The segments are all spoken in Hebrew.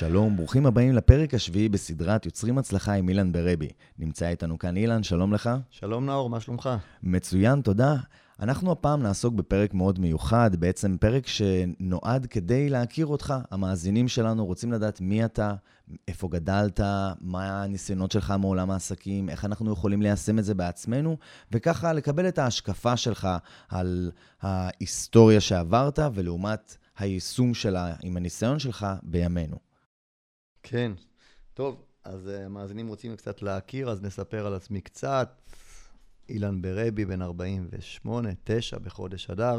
שלום, ברוכים הבאים לפרק השביעי בסדרת יוצרים הצלחה עם אילן ברבי. נמצא איתנו כאן אילן, שלום לך. שלום נאור, מה שלומך? מצוין, תודה. אנחנו הפעם נעסוק בפרק מאוד מיוחד, בעצם פרק שנועד כדי להכיר אותך. המאזינים שלנו רוצים לדעת מי אתה, איפה גדלת, מה הניסיונות שלך מעולם העסקים, איך אנחנו יכולים ליישם את זה בעצמנו, וככה לקבל את ההשקפה שלך על ההיסטוריה שעברת, ולעומת היישום שלה עם הניסיון שלך בימינו. כן, טוב, אז המאזינים רוצים קצת להכיר, אז נספר על עצמי קצת. אילן ברבי, בן 48, 9 בחודש אדר.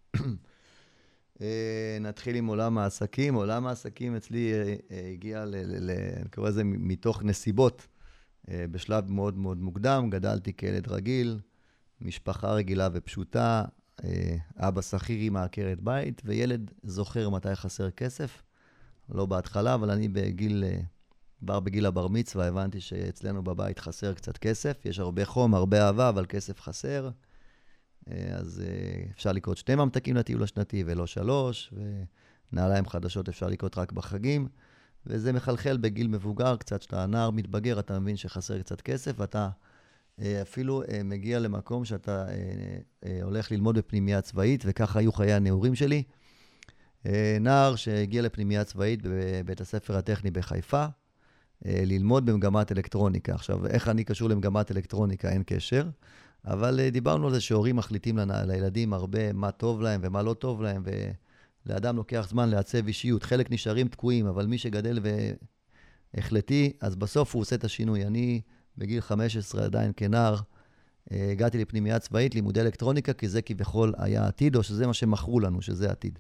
נתחיל עם עולם העסקים. עולם העסקים אצלי הגיע, אני קורא לזה, מתוך נסיבות. בשלב מאוד מאוד מוקדם, גדלתי כילד רגיל, משפחה רגילה ופשוטה, אבא שכיר עם עקרת בית, וילד זוכר מתי חסר כסף. לא בהתחלה, אבל אני בגיל הבר מצווה, הבנתי שאצלנו בבית חסר קצת כסף. יש הרבה חום, הרבה אהבה, אבל כסף חסר. אז אפשר לקרות 2 ממתקים לטיול השנתי ולא 3, ונעליים חדשות אפשר לקרות רק בחגים. וזה מחלחל בגיל מבוגר, קצת שאתה נער מתבגר, אתה מבין שחסר קצת כסף, ואתה אפילו מגיע למקום שאתה הולך ללמוד בפנימייה צבאית, וככה היו חיי הנעורים שלי. נער שהגיע לפנימייה צבאית בבית הספר הטכני בחיפה, ללמוד במגמת אלקטרוניקה. עכשיו, איך אני קשור למגמת אלקטרוניקה? אין קשר. אבל דיברנו על זה שהורים מחליטים לילדים הרבה מה טוב להם ומה לא טוב להם, ולאדם לוקח זמן לעצב אישיות. חלק נשארים תקועים, אבל מי שגדל והחלטי, אז בסוף הוא עושה את השינוי. אני בגיל 15 עדיין כנער, הגעתי לפנימייה צבאית, לימודי אלקטרוניקה, כי זה כביכול היה עתיד, או שזה מה שמכרו לנו, שזה עתיד.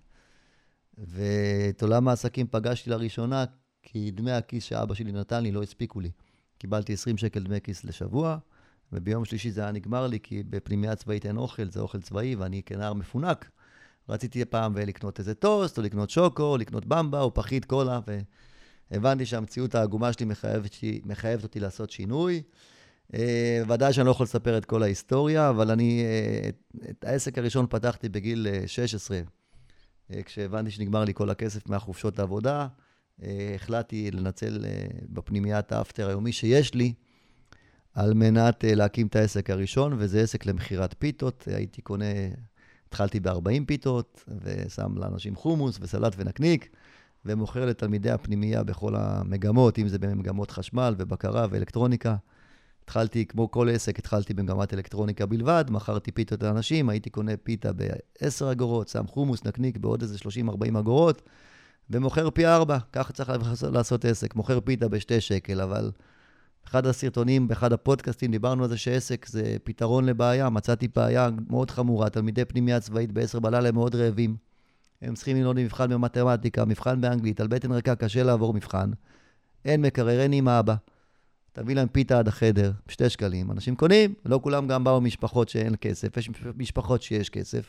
ואת עולם העסקים פגשתי לראשונה, כי דמי הכיס שאבא שלי נתן לי לא הספיקו לי. קיבלתי 20 שקל דמי כיס לשבוע, וביום שלישי זה היה נגמר לי, כי בפנימייה צבאית אין אוכל, זה אוכל צבאי, ואני כנער מפונק. רציתי פעם לקנות איזה טוסט, או לקנות שוקו, או לקנות במבה, או פחית קולה, והבנתי שהמציאות העגומה שלי מחייבת אותי לעשות שינוי. ודאי שאני לא יכול לספר את כל ההיסטוריה, אבל אני את העסק הראשון פתחתי בגיל 16, כשהבנתי שנגמר לי כל הכסף מהחופשות העבודה. החלטתי לנצל בפנימיית האפטר היומי שיש לי, על מנת להקים את העסק הראשון, וזה עסק למחירת פיתות. התחלתי ב-40 פיתות, ושם לאנשים חומוס וסלט ונקניק, ומוכר לתלמידי הפנימייה בכל המגמות, אם זה במגמות חשמל ובקרה ואלקטרוניקה. התחלתי, כמו כל עסק, התחלתי במגמת אלקטרוניקה בלבד, מכרתי פיתות לאנשים, הייתי קונה פיתה ב-10 אגורות, שם חומוס, נקניק בעוד איזה 30-40 אגורות, ומוכר פי 4, ככה צריך לעשות עסק, מוכר פיתה ב2 שקל, אבל אחד הסרטונים, באחד הפודקאסטים, דיברנו על זה שעסק זה פתרון לבעיה, מצאתי בעיה מאוד חמורה, תלמידי פנימייה צבאית ב10 בלילה הם מאוד רעבים, הם צריכים ללמוד מבחן במתמטיקה, מבחן באנגלית, על בטן ריקה קשה לעבור מבחן, אין מקרר, אין עם אבא, תביא להם פיתה עד החדר, 2 שקלים, אנשים קונים, לא כולם גם באו משפחות שאין כסף, יש משפחות שיש כסף,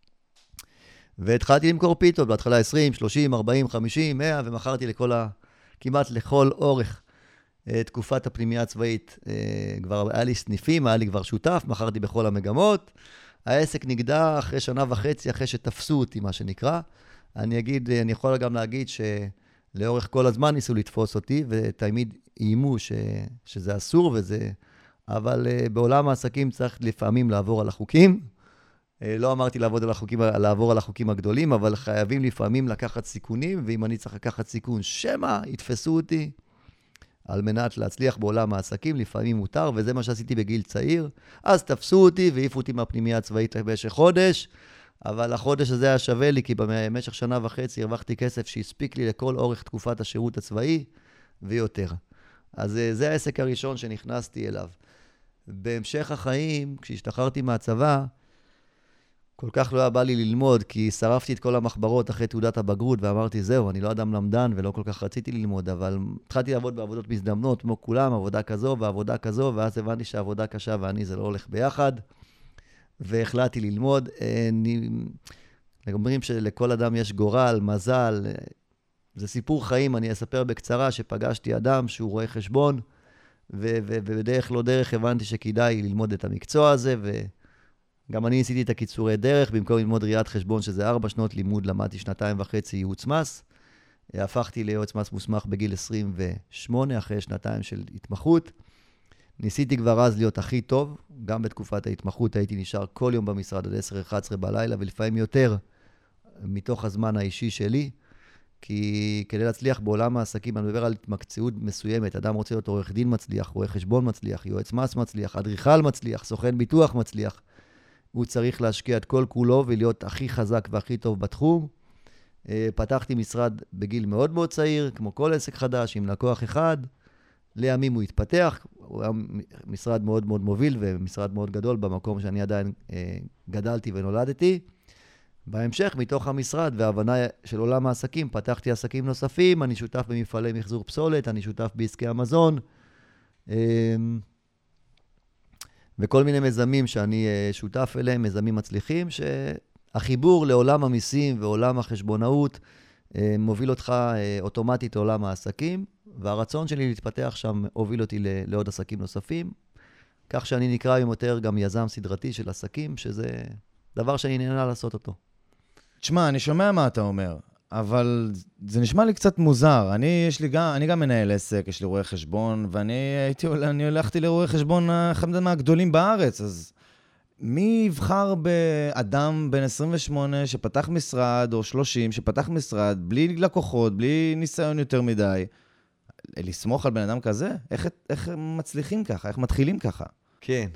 והתחלתי למכור פיתות, בהתחלה 20, 30, 40, 50, 100, ומכרתי כמעט לכל אורך תקופת הפנימייה הצבאית. כבר היה לי סניפים, היה לי כבר שותף, מכרתי בכל המגמות. העסק נגדע אחרי 1.5 שנה, אחרי שתפסו אותי, מה שנקרא. אני יכול גם להגיד שלאורך כל הזמן ניסו לתפוס אותי, ותמיד איימו שזה אסור, אבל בעולם העסקים צריך לפעמים לעבור על החוקים. לא אמרתי לעבור על החוקים הגדולים, אבל חייבים לפעמים לקחת סיכונים, ואם אני צריך לקחת סיכון שמה, יתפסו אותי על מנת להצליח בעולם העסקים, לפעמים מותר, וזה מה שעשיתי בגיל צעיר. אז תפסו אותי והעיפו אותי מהפנימייה הצבאית במשך חודש, אבל החודש הזה היה שווה לי, כי במשך 1.5 שנה הרווחתי כסף שהספיק לי לכל אורך תקופת השירות הצבאי, ויותר. אז זה העסק הראשון שנכנסתי אליו. בהמשך החיים, כשהשתחררתי מהצבא, כל כך לא היה בא לי ללמוד, כי שרפתי את כל המחברות אחרי תעודת הבגרות, ואמרתי, זהו, אני לא אדם למדן, ולא כל כך רציתי ללמוד, אבל התחלתי לעבוד בעבודות מזדמנות, כמו כולם, עבודה כזו ועבודה כזו, ואז הבנתי שהעבודה קשה ואני זה לא הולך ביחד, והחלטתי ללמוד. אומרים שלכל אדם יש גורל, מזל, זה סיפור חיים, אני אספר בקצרה, שפגשתי אדם שהוא רואה חשבון, ובדרך לא דרך הבנתי שכדאי ללמוד את המקצוע הזה, גם אני עשיתי את הקיצורי דרך, במקום ללמוד ראיית חשבון, שזה 4 שנות לימוד, למדתי 2.5 ייעוץ מס, הפכתי ליועץ מס מוסמך בגיל 28, אחרי שנתיים של התמחות. ניסיתי כבר אז להיות הכי טוב, גם בתקופת ההתמחות הייתי נשאר כל יום במשרד עד 10-11 בלילה, ולפעמים יותר מתוך הזמן האישי שלי, כי כדי להצליח בעולם העסקים, אני מדבר על התמקצעות מסוימת, אדם רוצה להיות עורך דין מצליח, רואה חשבון מצליח, יועץ מס מצליח, אדריכל מצליח, סוכן ביטוח מצליח, הוא צריך להשקיע את כל כולו ולהיות הכי חזק והכי טוב בתחום. פתחתי משרד בגיל מאוד מאוד צעיר, כמו כל עסק חדש, עם לקוח אחד, לימים הוא התפתח, הוא היה משרד מאוד מאוד מוביל ומשרד מאוד גדול במקום שאני עדיין גדלתי ונולדתי. בהמשך, מתוך המשרד וההבנה של עולם העסקים, פתחתי עסקים נוספים, אני שותף במפעלי מחזור פסולת, אני שותף בעסקי המזון, וכל מיני מזמים שאני שותף אליהם, מזמים מצליחים, שהחיבור לעולם המיסים ועולם החשבונאות מוביל אותך אוטומטית לעולם העסקים, והרצון שלי להתפתח שם הוביל אותי לעוד עסקים נוספים, כך שאני נקרא היום יותר גם יזם סדרתי של עסקים, שזה דבר שאני נהנה לעשות אותו. תשמע, אני שומע מה אתה אומר, אבל זה נשמע לי קצת מוזר. אני גם מנהל עסק, יש לי רואה חשבון, ואני הלכתי לרואה חשבון אחד מהגדולים בארץ, אז מי יבחר באדם בן 28 שפתח משרד, או 30 שפתח משרד, בלי לקוחות, בלי ניסיון יותר מדי? לסמוך על בן אדם כזה? איך מצליחים ככה? איך מתחילים ככה? כן,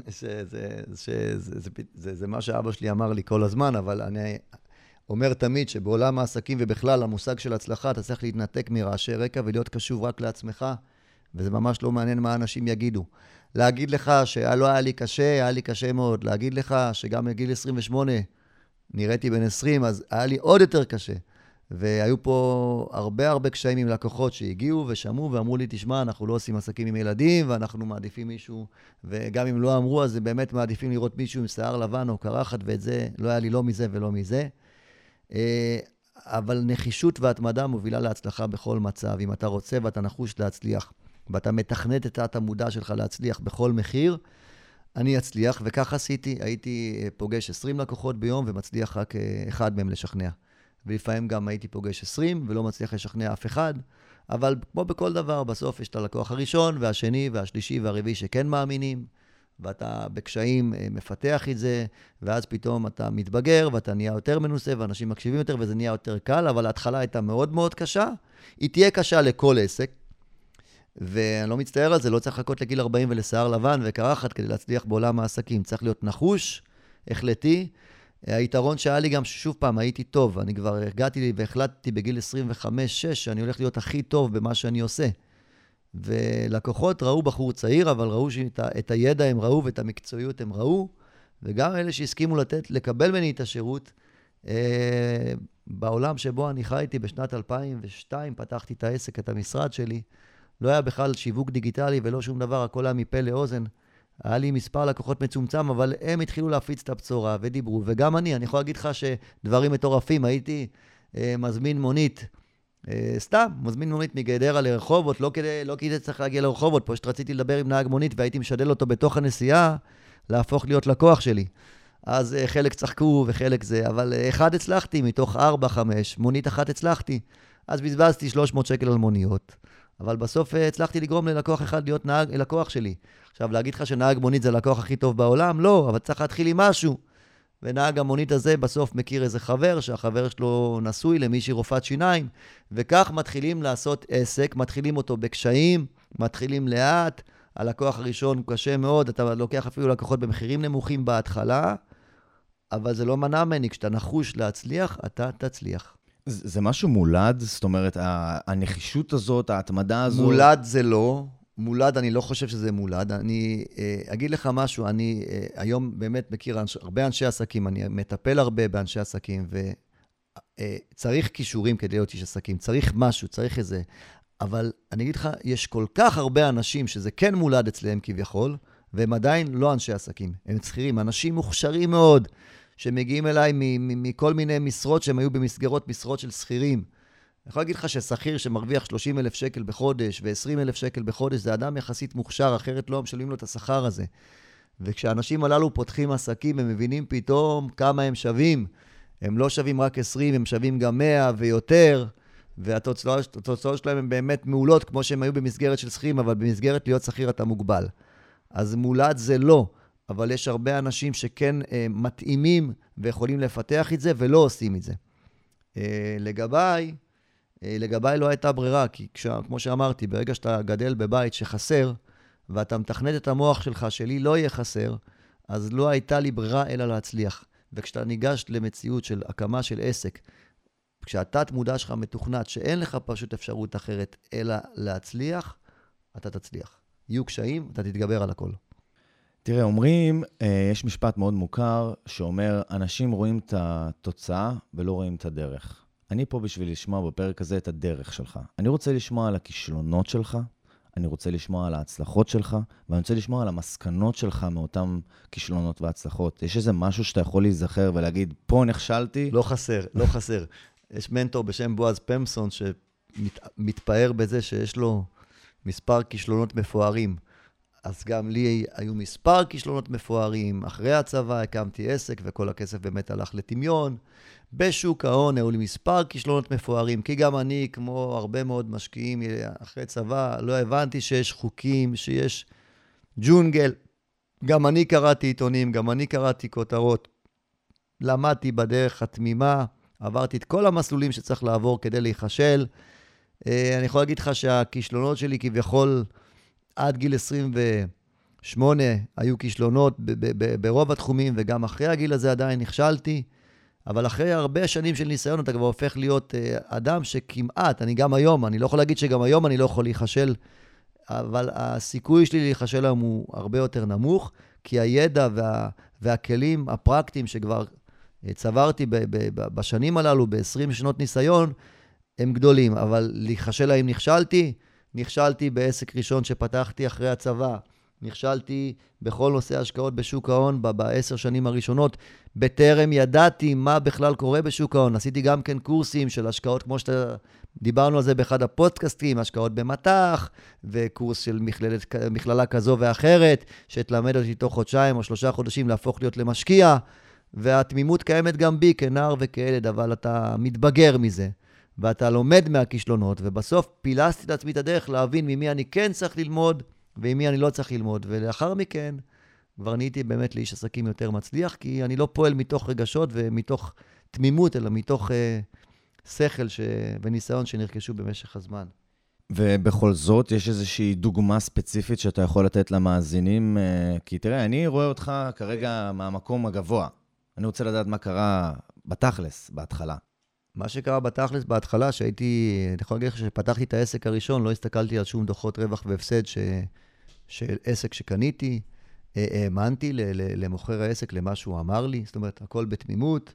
זה מה שאבא שלי אמר לי כל הזמן, אבל אני אומר תמיד שבעולם העסקים ובכלל המושג של הצלחה, אתה צריך להתנתק מרעשי רקע ולהיות קשוב רק לעצמך, וזה ממש לא מעניין מה אנשים יגידו. להגיד לך שלא היה לי קשה, היה לי קשה מאוד. להגיד לך שגם בגיל 28 נראיתי בן 20, אז היה לי עוד יותר קשה. והיו פה הרבה קשיים עם לקוחות שהגיעו ושמעו ואמרו לי, תשמע, אנחנו לא עושים עסקים עם ילדים, ואנחנו מעדיפים מישהו, וגם אם לא אמרו, אז באמת מעדיפים לראות מישהו עם שיער לבן או קרחת, ואת זה לא היה לי לא מזה ולא מזה. אבל נחישות והתמדה מובילה להצלחה בכל מצב. אם אתה רוצה ואתה נחוש להצליח, ואתה מתכנת את התמודה שלך להצליח בכל מחיר, אני אצליח, וכך עשיתי. הייתי פוגש 20 לקוחות ביום ומצליח רק אחד מהם לשכנע. ולפעמים גם הייתי פוגש 20 ולא מצליח לשכנע אף אחד, אבל כמו בכל דבר, בסוף יש את הלקוח הראשון והשני והשלישי והרביעי שכן מאמינים, ואתה בקשיים מפתח את זה, ואז פתאום אתה מתבגר ואתה נהיה יותר מנוסה ואנשים מקשיבים יותר וזה נהיה יותר קל, אבל ההתחלה הייתה מאוד מאוד קשה. היא תהיה קשה לכל עסק, ואני לא מצטער על זה, לא צריך לחכות לגיל 40 ולשיער לבן וקרחת כדי להצליח בעולם העסקים. צריך להיות נחוש, החלטי. היתרון שהיה לי גם ששוב פעם הייתי טוב, אני כבר הגעתי לי והחלטתי בגיל 25-6 שאני הולך להיות הכי טוב במה שאני עושה. ולקוחות ראו בחור צעיר, אבל ראו שאת הידע הם ראו ואת המקצועיות הם ראו, וגם אלה שהסכימו לקבל ממני את השירות, בעולם שבו אני חייתי בשנת 2002, פתחתי את העסק, את המשרד שלי, לא היה בכלל שיווק דיגיטלי ולא שום דבר, הכל היה מפה לאוזן. היה לי מספר לקוחות מצומצם, אבל הם התחילו להפיץ את הבשורה ודיברו, וגם אני יכול להגיד לך שדברים מטורפים, הייתי מזמין מונית, סתם, מזמין מונית מגדרה לרחובות, לא כדי צריך להגיע לרחובות, פשוט רציתי לדבר עם נהג מונית, והייתי משדל אותו בתוך הנסיעה, להפוך להיות לקוח שלי. אז חלק צחקו וחלק זה, אבל אחד הצלחתי, מתוך 4-5, מונית אחת הצלחתי, אז בזבזתי 300 שקל על מוניות, אבל בסוף הצלחתי לגרום ללקוח אחד להיות לקוח שלי. עכשיו, להגיד לך שנהג מונית זה הלקוח הכי טוב בעולם? לא, אבל צריך להתחיל עם משהו. ונהג המונית הזה בסוף מכיר איזה חבר, שהחבר שלו נשוי למישהי רופאת שיניים, וכך מתחילים לעשות עסק, מתחילים אותו בקשיים, מתחילים לאט, הלקוח הראשון הוא קשה מאוד, אתה לוקח אפילו לקוחות במחירים נמוכים בהתחלה, אבל זה לא מנע ממני, כשאתה נחוש להצליח, אתה תצליח. זה משהו מולד? זאת אומרת, הנחישות הזאת, ההתמדה הזאת? מולד זה לא. מולד, אני לא חושב שזה מולד. אני אגיד לך משהו, אני היום באמת מכיר הרבה אנשי עסקים, אני מטפל הרבה באנשי עסקים, וצריך כישורים כדי להיות איש עסקים, צריך משהו, צריך איזה. אבל אני אגיד לך, יש כל כך הרבה אנשים שזה כן מולד אצלם כביכול, והם עדיין לא אנשי עסקים, הם שכירים, אנשים מוכשרים מאוד, שמגיעים אליי מכל מיני משרות שהם היו במסגרות משרות של שכירים. אני יכול להגיד לך ששכיר שמרוויח 30,000 שקל בחודש ו20,000 שקל בחודש, זה אדם יחסית מוכשר, אחרת לא משלמים לו את השכר הזה. וכשאנשים הללו פותחים עסקים, הם מבינים פתאום כמה הם שווים. הם לא שווים רק 20, הם שווים גם 100 ויותר. והתוצאות שלהם הן באמת מעולות, כמו שהן היו במסגרת של שכירים, אבל במסגרת להיות שכיר אתה מוגבל. אז מולד זה לא, אבל יש הרבה אנשים שכן מתאימים ויכולים לפתח את זה, ולא עושים את זה. לגביי לא הייתה ברירה, כי כמו שאמרתי, ברגע שאתה גדל בבית שחסר, ואתה מתכנת את המוח שלך שלי לא יהיה חסר, אז לא הייתה לי ברירה אלא להצליח. וכשאתה ניגש למציאות של הקמה של עסק, כשהתת מודע שלך מתוכנת, שאין לך פשוט אפשרות אחרת אלא להצליח, אתה תצליח. יהיו קשיים, אתה תתגבר על הכל. תראה, אומרים, יש משפט מאוד מוכר שאומר, אנשים רואים את התוצאה ולא רואים את הדרך. אני פה בשביל לשמוע בפרק הזה את הדרך שלך. אני רוצה לשמוע על הכישלונות שלך, אני רוצה לשמוע על ההצלחות שלך, ואני רוצה לשמוע על המסקנות שלך מאותם כישלונות והצלחות. יש איזה משהו שאתה יכול להיזכר ולהגיד, פה נכשלתי? לא חסר. יש מנטור בשם בועז פמסון שמתפאר בזה שיש לו מספר כישלונות מפוארים. אז גם לי היו מספר כישלונות מפוארים. אחרי הצבא הקמתי עסק וכל הכסף באמת הלך לטמיון. בשוק ההון היו לי מספר כישלונות מפוארים, כי גם אני, כמו הרבה מאוד משקיעים אחרי צבא, לא הבנתי שיש חוקים, שיש ג'ונגל. גם אני קראתי עיתונים, גם אני קראתי כותרות. למדתי בדרך עברתי את כל המסלולים שצריך לעבור כדי להיחשל. אני יכול להגיד לך שהכישלונות שלי כביכול עד גיל 28 היו כישלונות ברוב התחומים, וגם אחרי הגיל הזה עדיין נכשלתי. אבל אחרי הרבה שנים של ניסיון, אתה כבר הופך להיות אדם שכמעט, אני לא יכול להגיד שגם היום אני לא יכול להיחשל, אבל הסיכוי שלי להיחשל היום הוא הרבה יותר נמוך, כי הידע והכלים הפרקטיים שכבר צברתי בשנים הללו, ב-20 שנות ניסיון, הם גדולים. אבל להיחשל האם נכשלתי בעסק ראשון שפתחתי אחרי הצבא, נכשלתי בכל נושא השקעות בשוק ההון ב-10 שנים הראשונות, בטרם ידעתי מה בכלל קורה בשוק ההון. עשיתי גם כן קורסים של השקעות, כמו שדיברנו על זה באחד הפודקאסטים, השקעות במטח, וקורס של מכללה כזו ואחרת, שתלמד אותי תוך חודשיים או 3 חודשים להפוך להיות למשקיע, והתמימות קיימת גם בי כנער וכילד, אבל אתה מתבגר מזה, ואתה לומד מהכישלונות, ובסוף פילסתי את עצמי את הדרך להבין ממי אני כן צריך ללמוד, ועם מי אני לא צריך ללמוד, ולאחר מכן כבר נהייתי באמת לאיש עסקים יותר מצליח, כי אני לא פועל מתוך רגשות ומתוך תמימות, אלא מתוך שכל וניסיון שנרכשו במשך הזמן. ובכל זאת, יש איזושהי דוגמה ספציפית שאתה יכול לתת למאזינים, כי תראה, אני רואה אותך כרגע מהמקום הגבוה. אני רוצה לדעת מה קרה בתכלס, בהתחלה. מה שקרה בתכלס בהתחלה, אני יכול להגיד לך שפתחתי את העסק הראשון, לא הסתכלתי על שום דוחות רווח והפסד של עסק שקניתי, האמנתי למוכר העסק למה שהוא אמר לי, זאת אומרת, הכל בתמימות.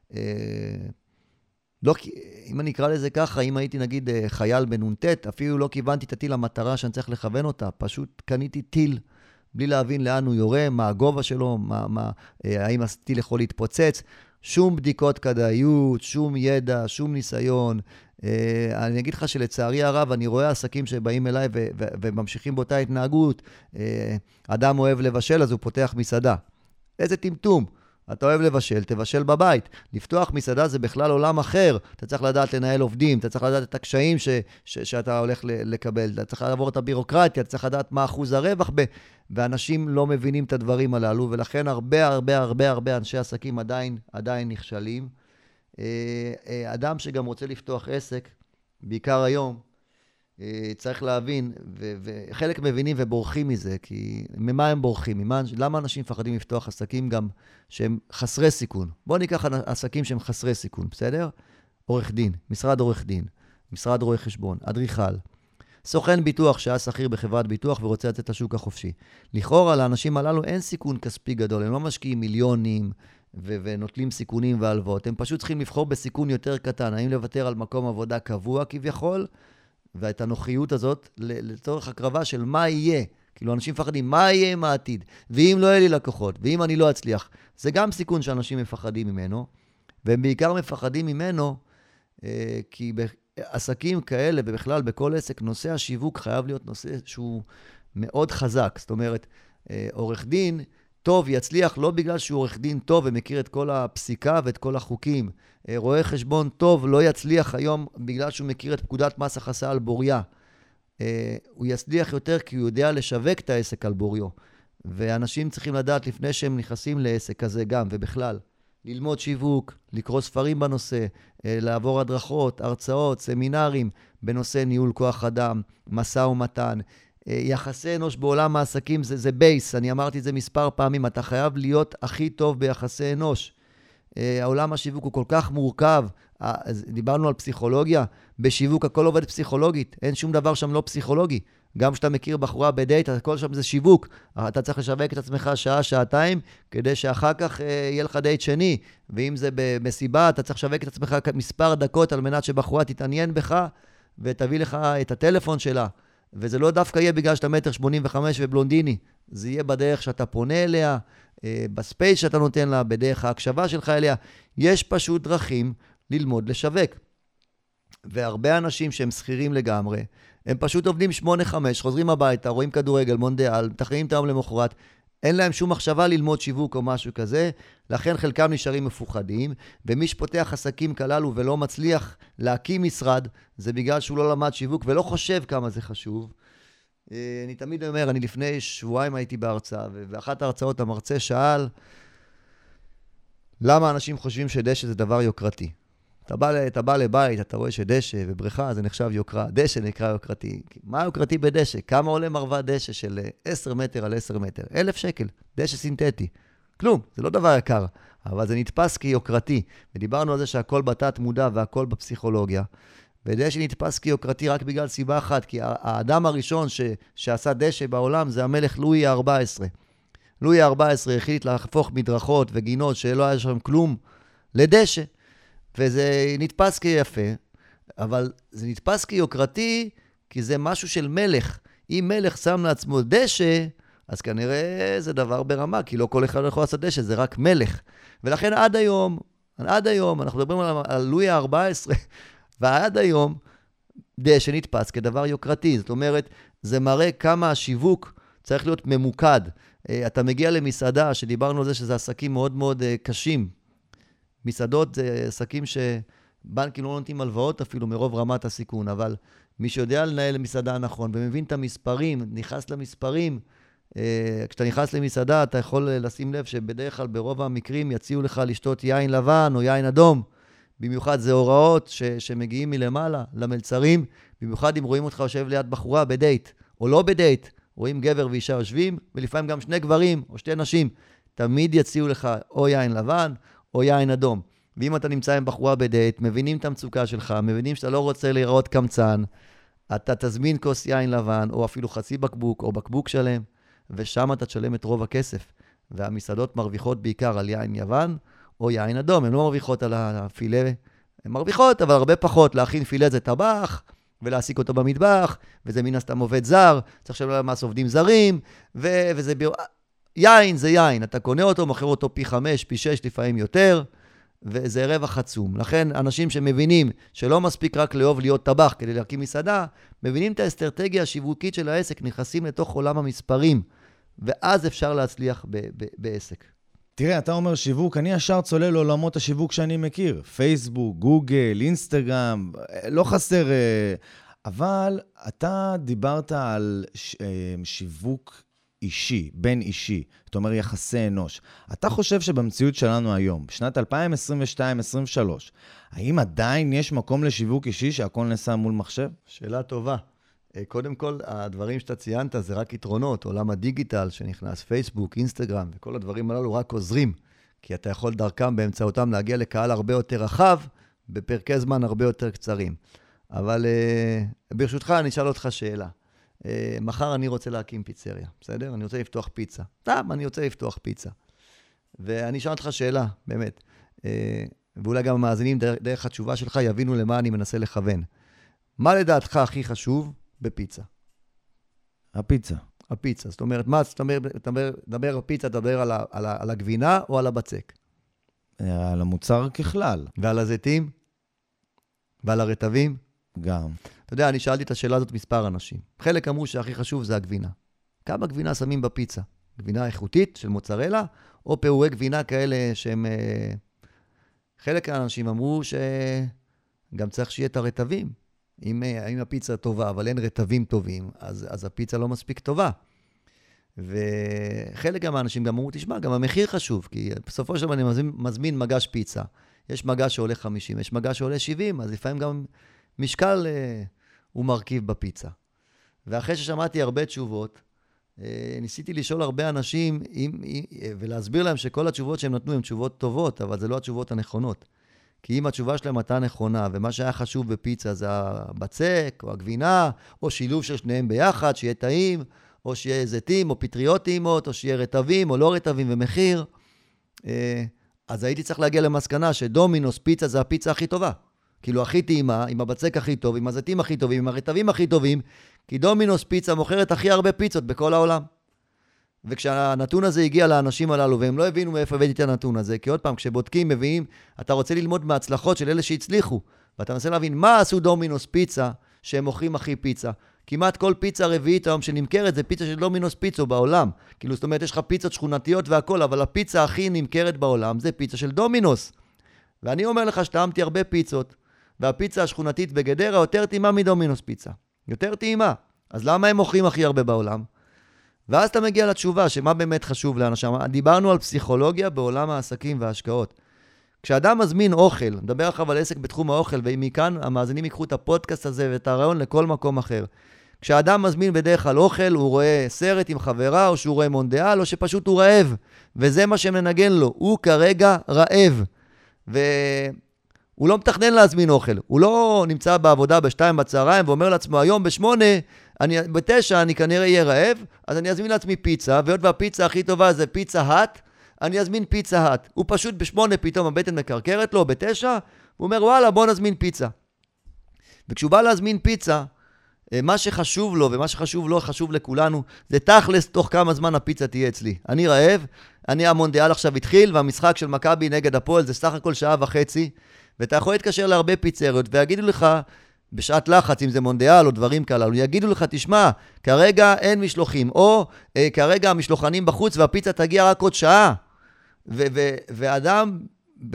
לא, אם אני אקרא לזה ככה, אם הייתי נגיד חייל בנונטט, אפילו לא כיוונתי את הטיל למטרה שאני צריך לכוון אותה, פשוט קניתי טיל, בלי להבין לאן הוא יורה, מה הגובה שלו, האם הטיל יכול להתפוצץ, שום בדיקות כדאיות, שום ידע, שום ניסיון. אני אגיד לך שלצערי הרב, אני רואה עסקים שבאים אליי וממשיכים באותה התנהגות. אדם אוהב לבשל, אז הוא פותח מסעדה. איזה טמטום. אתה אוהב לבשל, תבשל בבית. לפתוח מסעדה זה בכלל עולם אחר. אתה צריך לדעת לנהל עובדים, אתה צריך לדעת את הקשיים שאתה הולך לקבל, אתה צריך לעבור את הבירוקרטיה, אתה צריך לדעת מה אחוז הרווח, ואנשים לא מבינים את הדברים הללו, ולכן הרבה אנשי עסקים עדיין נכשלים. אדם שגם רוצה לפתוח עסק, בעיקר היום, צריך להבין, וחלק מבינים ובורחים מזה, כי ממה הם בורחים? למה אנשים מפחדים לפתוח עסקים גם שהם חסרי סיכון? בואו ניקח עסקים שהם חסרי סיכון, בסדר? עורך דין, משרד עורך דין, משרד רואה חשבון, אדריכל, סוכן ביטוח שהיה שכיר בחברת ביטוח ורוצה לצאת לשוק החופשי. לכאורה לאנשים הללו אין סיכון כספי גדול, הם לא משקיעים מיליונים ונוטלים סיכונים והלוואות, הם פשוט צריכים לבחור בסיכון יותר קטן, האם לוותר על מקום עבודה קבוע כביכול, ואת הנוחיות הזאת לצורך הקרבה של מה יהיה. כאילו אנשים מפחדים, מה יהיה עם העתיד? ואם לא יהיה לי לקוחות, ואם אני לא אצליח, זה גם סיכון שאנשים מפחדים ממנו, והם בעיקר מפחדים ממנו, כי בעסקים כאלה, ובכלל בכל עסק, נושא השיווק חייב להיות נושא שהוא מאוד חזק. זאת אומרת, עורך דין טוב יצליח לא בגלל שהוא עורך דין טוב ומכיר את כל הפסיקה ואת כל החוקים. רואה חשבון טוב לא יצליח היום בגלל שהוא מכיר את פקודת מס הכנסה על בוריה. הוא יצליח יותר כי הוא יודע לשווק את העסק על בוריו. ואנשים צריכים לדעת לפני שהם נכנסים לעסק כזה גם, ובכלל, ללמוד שיווק, לקרוא ספרים בנושא, לעבור הדרכות, הרצאות, סמינרים בנושא ניהול כוח אדם, משא ומתן. יחסי אנוש בעולם העסקים זה בייס, אני אמרתי את זה מספר פעמים, אתה חייב להיות הכי טוב ביחסי אנוש. העולם השיווק הוא כל כך מורכב, דיברנו על פסיכולוגיה, בשיווק הכל עובד פסיכולוגית, אין שום דבר שם לא פסיכולוגי. גם כשאתה מכיר בחורה בדייט, הכל שם זה שיווק. אתה צריך לשווק את עצמך שעה, שעתיים, כדי שאחר כך יהיה לך דייט שני. ואם זה במסיבה, אתה צריך לשווק את עצמך מספר דקות, על מנת שבחורה תתעניין בך, ותביא לך את הטלפון שלה. וזה לא דווקא יהיה בגלל שאתה 1.85 ובלונדיני. זה יהיה בדרך שאתה פונה אליה, בספייס שאתה נותן לה, בדרך ההקשבה שלך אליה. יש פשוט דרכים ללמוד לשווק. והרבה אנשים שהם שכירים לגמרי, הם פשוט עובדים 8-5, חוזרים הביתה, רואים כדורגל, מונדיאל, מתכננים את היום למחרת, אין להם שום מחשבה ללמוד שיווק או משהו כזה, לכן חלקם נשארים מפוחדים, ומי שפותח עסקים כללו ולא מצליח להקים משרד, זה בגלל שהוא לא למד שיווק ולא חושב כמה זה חשוב. אני תמיד אומר, אני לפני שבועיים הייתי בהרצאה, ואחת ההרצאות המרצה שאל, למה אנשים חושבים שדשא זה דבר יוקרתי? אתה בא לבית, אתה רואה שדשא ובריכה זה נחשב יוקרה, דשא נקרא יוקרתי. מה יוקרתי בדשא? כמה עולה מרווה דשא של 10 מטר על 10 מטר? 1,000 שקל, דשא סינתטי. כלום, זה לא דבר יקר, אבל זה נתפס כיוקרתי. ודיברנו על זה שהכל בתת מודע והכל בפסיכולוגיה. ודשא נתפס כיוקרתי רק בגלל סיבה אחת, כי האדם הראשון שעשה דשא בעולם זה המלך לואי ה-14. לואי ה-14 החליט להפוך מדרכות וגינות שלא היה שם כלום לדשא. וזה נתפס כיפה, אבל זה נתפס כיוקרתי, כי זה משהו של מלך. אם מלך שם לעצמו דשא, אז כנראה זה דבר ברמה, כי לא כל אחד יכול לעשות דשא, זה רק מלך. ולכן עד היום, אנחנו מדברים על לואי ה-14, ועד היום דשא נתפס כדבר יוקרתי. זאת אומרת, זה מראה כמה השיווק צריך להיות ממוקד. אתה מגיע למסעדה, שדיברנו על זה שזה עסקים מאוד מאוד קשים, מסעדות זה עסקים שבנקים לא נותנים הלוואות אפילו מרוב רמת הסיכון, אבל מי שיודע לנהל מסעדה נכון ומבין את המספרים, נכנס למספרים, כשאתה נכנס למסעדה אתה יכול לשים לב שבדרך כלל ברוב המקרים יציעו לך לשתות יין לבן או יין אדום, במיוחד זה הוראות שמגיעים מלמעלה למלצרים, במיוחד אם רואים אותך יושב ליד בחורה בדייט או לא בדייט, רואים גבר ואישה יושבים, ולפעמים גם 2 גברים או 2 נשים, תמיד יציעו לך או יין לבן או יין אדום. ואם אתה נמצא עם בחורה בדייט, מבינים את המצוקה שלך, מבינים שאתה לא רוצה להיראות קמצן, אתה תזמין כוס יין לבן, או אפילו חצי בקבוק, או בקבוק שלם, ושם אתה תשלם את רוב הכסף. והמסעדות מרוויחות בעיקר על יין יוון, או יין אדום. הן לא מרוויחות על הפילה, הן מרוויחות, אבל הרבה פחות. להכין פילה זה טבח, ולהעסיק אותו במטבח, וזה מן הסתם עובד זר, צריך לשלם מס עובדים זרים, וזה יין זה יין, אתה קונה אותו, מוכר אותו פי 5, פי 6, לפעמים יותר, וזה רווח עצום. לכן אנשים שמבינים שלא מספיק רק לאהוב להיות טבח כדי להקים מסעדה, מבינים את האסטרטגיה השיווקית של העסק, נכנסים לתוך עולם המספרים, ואז אפשר להצליח בעסק. תראה, אתה אומר שיווק, אני ישר צולל לעולמות השיווק שאני מכיר. פייסבוק, גוגל, אינסטגרם, לא חסר. אבל אתה דיברת על שיווק אישי, בין אישי, זאת אומרת יחסי אנוש. אתה חושב שבמציאות שלנו היום, בשנת 2022-2023, האם עדיין יש מקום לשיווק אישי שהכל נעשה מול מחשב? שאלה טובה. קודם כל, הדברים שאתה ציינת זה רק יתרונות, עולם הדיגיטל שנכנס, פייסבוק, אינסטגרם, וכל הדברים הללו רק עוזרים, כי אתה יכול דרכם באמצעותם להגיע לקהל הרבה יותר רחב, בפרקי זמן הרבה יותר קצרים. אבל ברשותך אני אשאל אותך שאלה. מחר אני רוצה להקים פיצריה, בסדר? אני רוצה לפתוח פיצה. אני רוצה לפתוח פיצה. ואני אשאל אותך שאלה, באמת. ואולי גם המאזינים דרך התשובה שלך יבינו למה אני מנסה לכוון. מה לדעתך הכי חשוב בפיצה? הפיצה. זאת אומרת, מה, אתה מדבר על פיצה, אתה מדבר על הגבינה או על הבצק? על המוצר ככלל. ועל הזיתים? ועל הרטבים? גם. אתה יודע, אני שאלתי את השאלה הזאת מספר אנשים. חלק אמרו שהכי חשוב זה הגבינה. כמה גבינה שמים בפיצה? גבינה איכותית של מוצרלה, או פירורי גבינה כאלה שהם... חלק מהאנשים אמרו שגם צריך שיהיה את הרטבים. אם הפיצה טובה, אבל אין רטבים טובים, אז הפיצה לא מספיק טובה. וחלק מהאנשים גם אמרו, תשמע, גם המחיר חשוב, כי בסופו של דבר אני מזמין מגש פיצה. יש מגש שעולה 50, יש מגש שעולה 70, אז לפעמים גם משקל הוא מרכיב בפיצה. ואחרי ששמעתי הרבה תשובות, ניסיתי לשאול הרבה אנשים ולהסביר להם שכל התשובות שהם נתנו הן תשובות טובות, אבל זה לא התשובות הנכונות. כי אם התשובה שלהם הייתה נכונה, ומה שהיה חשוב בפיצה זה הבצק או הגבינה, או שילוב של שניהם ביחד, שיהיה טעים, או שיהיה זיתים או פטריות טעימות, או שיהיה רטבים או לא רטבים ומחיר, אז הייתי צריך להגיע למסקנה שדומינוס פיצה זה הפיצה הכי טובה. כאילו הכי טעימה, עם הבצק הכי טוב, עם הזיתים הכי טובים, עם הרטבים הכי טובים, כי דומינוס פיצה מוכרת הכי הרבה פיצות בכל העולם. וכשהנתון הזה הגיע לאנשים הללו, והם לא הבינו מאיפה הבאתי את הנתון הזה, כי עוד פעם, כשבודקים, מביאים, אתה רוצה ללמוד מההצלחות של אלה שהצליחו, ואתה מנסה להבין מה עשו דומינוס פיצה, שהם מוכרים הכי פיצה. כמעט כל פיצה רביעית היום שנמכרת, זה פיצה של דומינוס פיצה בעולם. כאילו, זאת אומרת, יש לך פיצות שכונתיות והכל, אבל הפיצה הכי נמכרת בעולם, זה פיצה של דומינוס. ואני אומר לך שטעמתי הרבה פיצות, והפיצה השכונתית בגדרה יותר טעימה מדומינוס פיצה. יותר טעימה. אז למה הם מוכרים הכי הרבה בעולם? ואז אתה מגיע לתשובה, שמה באמת חשוב לאנשים. דיברנו על פסיכולוגיה בעולם העסקים וההשקעות. כשאדם מזמין אוכל, נדבר עכשיו על עסק בתחום האוכל, ומכאן המאזינים ייקחו את הפודקאסט הזה ואת הרעיון לכל מקום אחר. כשאדם מזמין בדרך כלל אוכל, הוא רואה סרט עם חברה, או שהוא רואה מונדיאל, או שפשוט הוא רעב. וזה מה שמנגן לו. הוא כרגע רעב. והוא לא מתכנן להזמין אוכל. הוא לא נמצא בעבודה ב2 בצהריים, ואומר לעצמו, היום ב8, ב9 אני כנראה אהיה רעב, אז אני אזמין לעצמי פיצה, והיות והפיצה הכי טובה זה פיצה האט, אני אזמין פיצה האט. הוא פשוט ב8 פתאום הבטן מקרקרת לו, ב9, הוא אומר, וואלה, בוא נזמין פיצה. וכשהוא בא להזמין פיצה, מה שחשוב לו ומה שחשוב לו, חשוב לכולנו, זה תכלס תוך כמה זמן הפיצה תהיה אצלי. אני רעב, המונדיאל עכשיו התחיל, והמשחק של מכבי נגד הפועל זה סך הכל 1.5 שעות, ואתה יכול להתקשר להרבה פיצריות, ויגידו לך, בשעת לחץ, אם זה מונדיאל או דברים כאלה, יגידו לך, תשמע, כרגע אין משלוחים, או כרגע המשלוחנים בחוץ, והפיצה תגיע רק עוד שעה. ואדם,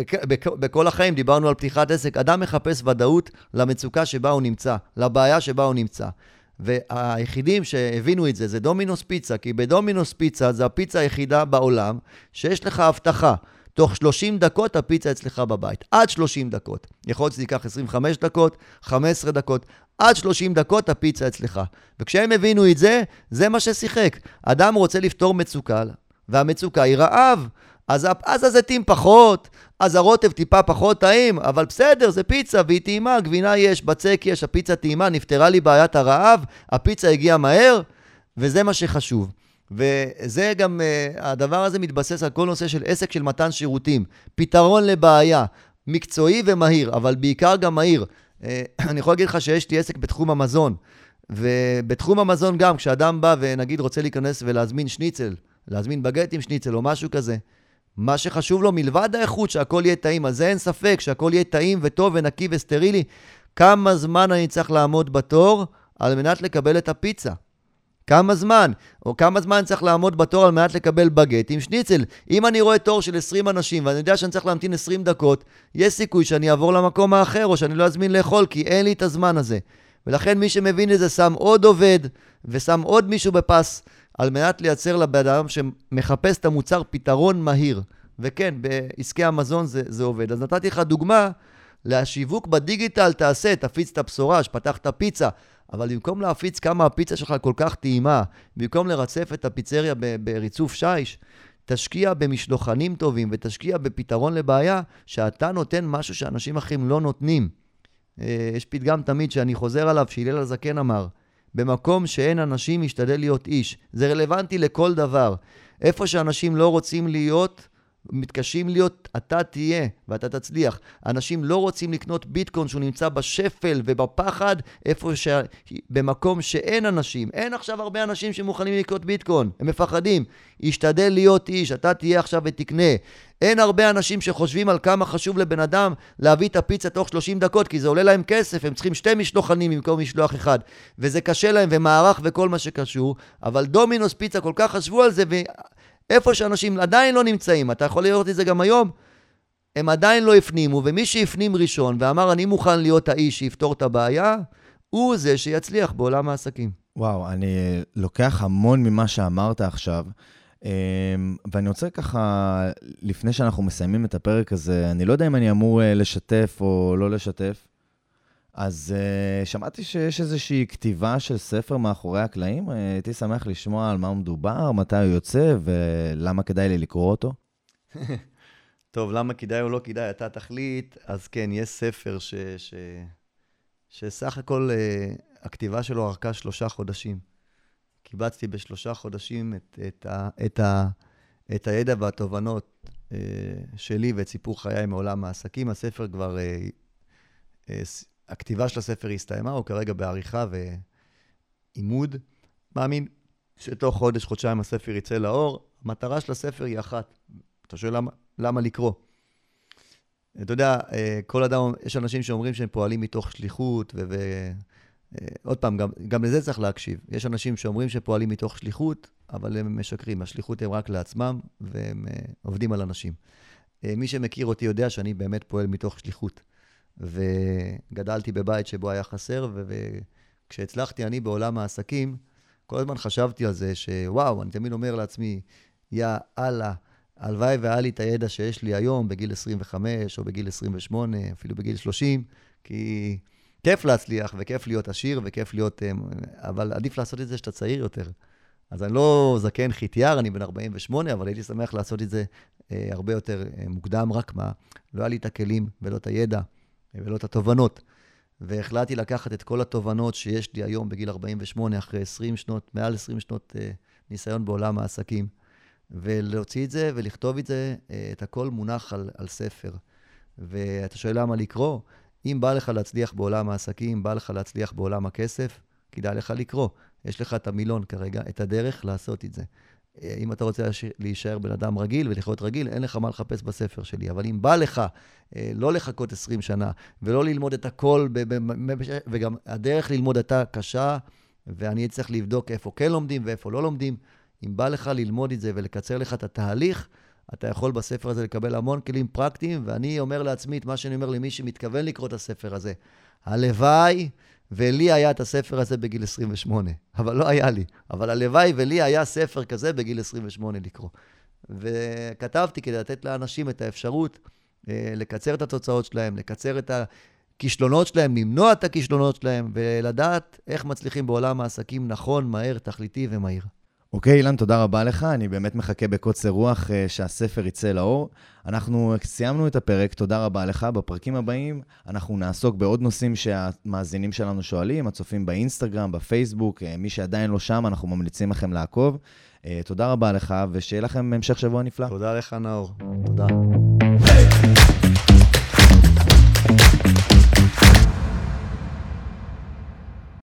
בכל החיים, דיברנו על פתיחת עסק, אדם מחפש ודאות למצוקה שבה הוא נמצא, לבעיה שבה הוא נמצא. והיחידים שהבינו את זה, זה דומינוס פיצה, כי בדומינוס פיצה, זה הפיצה היחידה בעולם, שיש לך הבטחה. תוך 30 דקות הפיצה אצלך בבית. עד 30 דקות. יכול להיות שזה ייקח 25 דקות, 15 דקות. עד 30 דקות הפיצה אצלך. וכשהם הבינו את זה, זה מה ששיחק. אדם רוצה לפתור מצוקה, והמצוקה היא רעב. אז הזיתים פחות, אז הרוטב טיפה פחות טעים, אבל בסדר, זה פיצה והיא טעימה, גבינה יש, בצק יש, הפיצה טעימה, נפתרה לי בעיית הרעב, הפיצה הגיעה מהר, וזה מה שחשוב. וזה גם, הדבר הזה מתבסס על כל נושא של עסק של מתן שירותים, פתרון לבעיה, מקצועי ומהיר, אבל בעיקר גם מהיר. אני יכול להגיד לך שיש לי עסק בתחום המזון, ובתחום המזון גם, כשאדם בא ונגיד רוצה להיכנס ולהזמין שניצל, להזמין בגט עם שניצל או משהו כזה, מה שחשוב לו מלבד האיכות שהכל יהיה טעים, אז זה אין ספק שהכל יהיה טעים וטוב ונקי וסטרילי, כמה זמן אני צריך לעמוד בתור על מנת לקבל את הפיצה. כמה זמן? או כמה זמן אני צריך לעמוד בתור על מנת לקבל בגט עם שניצל? אם אני רואה תור של 20 אנשים ואני יודע שאני צריך להמתין 20 דקות, יש סיכוי שאני אעבור למקום האחר או שאני לא אזמין לאכול כי אין לי את הזמן הזה. ולכן מי שמבין את זה שם עוד עובד ושם עוד מישהו בפס על מנת לייצר לבן שמחפש את המוצר פתרון מהיר. וכן, בעסקי המזון זה עובד. אז נתתי לך דוגמה לשיווק בדיגיטל, תפיץ את הבשורה, שפתחת פיצה, אבל במקום להפיץ כמה הפיצה שלך כל כך טעימה, במקום לרצף את הפיצריה בריצוף שיש, תשקיע במשלוחנים טובים ותשקיע בפתרון לבעיה שאתה נותן משהו שאנשים אחרים לא נותנים. יש פתגם תמיד שאני חוזר עליו, שהלל הזקן אמר, במקום שאין אנשים משתדל להיות איש. זה רלוונטי לכל דבר. איפה שאנשים לא רוצים להיות, מתקשים להיות, אתה תהיה ואתה תצליח. אנשים לא רוצים לקנות ביטקוין שהוא נמצא בשפל ובפחד, במקום שאין אנשים. אין עכשיו הרבה אנשים שמוכנים לקנות ביטקוין. הם מפחדים. ישתדל להיות איש, אתה תהיה עכשיו ותקנה. אין הרבה אנשים שחושבים על כמה חשוב לבן אדם להביא את הפיצה תוך 30 דקות, כי זה עולה להם כסף, הם צריכים 2 משלוחנים במקום משלוח אחד, וזה קשה להם ומערך וכל מה שקשור, אבל דומינוס פיצה כל כך חשבו על זה, איפה שאנשים עדיין לא נמצאים, אתה יכול לראות את זה גם היום, הם עדיין לא הפנימו, ומי שהפנים ראשון ואמר, אני מוכן להיות האיש שיפתור את הבעיה, הוא זה שיצליח בעולם העסקים. וואו, אני לוקח המון ממה שאמרת עכשיו, ואני רוצה ככה, לפני שאנחנו מסיימים את הפרק הזה, אני לא יודע אם אני אמור לשתף או לא לשתף, אז שמעתי שיש איזושהי כתיבה של ספר מאחורי הקלעים, הייתי שמח לשמוע על מה הוא מדובר, מתי הוא יוצא ולמה כדאי לי לקרוא אותו. טוב, למה כדאי או לא כדאי, אתה תחליט, אז כן, יש ספר שסך הכל הכתיבה שלו ארכה 3 חודשים. קיבצתי ב3 חודשים את הידע והתובנות שלי ואת סיפור חיי מעולם העסקים. הספר כבר, הכתיבה של הספר הסתיימה, הוא כרגע בעריכה ועימוד. מאמין שתוך חודש-חודשיים הספר יצא לאור. המטרה של הספר היא אחת. אתה שואל למה לקרוא? אתה יודע, כל אדם, יש אנשים שאומרים שהם פועלים מתוך שליחות, עוד פעם, גם לזה צריך להקשיב. יש אנשים שאומרים שפועלים מתוך שליחות, אבל הם משקרים. השליחות הם רק לעצמם, והם עובדים על אנשים. מי שמכיר אותי יודע שאני באמת פועל מתוך שליחות. וגדלתי בבית שבו היה חסר, וכשהצלחתי אני בעולם העסקים, כל הזמן חשבתי על זה שוואו, אני תמיד אומר לעצמי, יא אללה, הלוואי והיה לי את הידע שיש לי היום, בגיל 25 או בגיל 28, אפילו בגיל 30, כי כיף להצליח וכיף להיות עשיר וכיף להיות, אבל עדיף לעשות את זה שאתה צעיר יותר. אז אני לא זקן חתיאר, אני בן 48, אבל הייתי שמח לעשות את זה הרבה יותר מוקדם, רק מה, לא היה לי את הכלים ולא את הידע ולא את התובנות. והחלטתי לקחת את כל התובנות שיש לי היום בגיל 48, אחרי 20 שנות, מעל 20 שנות ניסיון בעולם העסקים, ולהוציא את זה ולכתוב את זה, את הכל מונח על ספר. ואתה שואל למה לקרוא? אם בא לך להצליח בעולם העסקים, בא לך להצליח בעולם הכסף, כדאי לך לקרוא. יש לך את המילון כרגע, את הדרך לעשות את זה. אם אתה רוצה להישאר בן אדם רגיל ולחיות רגיל, אין לך מה לחפש בספר שלי. אבל אם בא לך לא לחכות 20 שנה, ולא ללמוד את הכל, וגם הדרך ללמוד הייתה קשה, ואני צריך לבדוק איפה כן לומדים ואיפה לא לומדים, אם בא לך ללמוד את זה ולקצר לך את התהליך, אתה יכול בספר הזה לקבל המון כלים פרקטיים, ואני אומר לעצמי את מה שאני אומר למי שמתכוון לקרוא את הספר הזה. הלוואי ולי היה את הספר הזה בגיל 28, אבל לא היה לי. אבל הלוואי ולי היה ספר כזה בגיל 28 לקרוא. וכתבתי כדי לתת לאנשים את האפשרות לקצר את התוצאות שלהם, לקצר את הכישלונות שלהם, למנוע את הכישלונות שלהם, ולדעת איך מצליחים בעולם העסקים נכון, מהר, תכליתי ומהיר. אוקיי, אילן, תודה רבה לך. אני באמת מחכה בקוצר רוח שהספר יצא לאור. אנחנו סיימנו את הפרק, תודה רבה לך. בפרקים הבאים אנחנו נעסוק בעוד נושאים שהמאזינים שלנו שואלים, הצופים באינסטגרם, בפייסבוק, מי שעדיין לא שם, אנחנו ממליצים לכם לעקוב. תודה רבה לך, ושיהיה לכם המשך שבוע נפלא. תודה לך, נאור. תודה.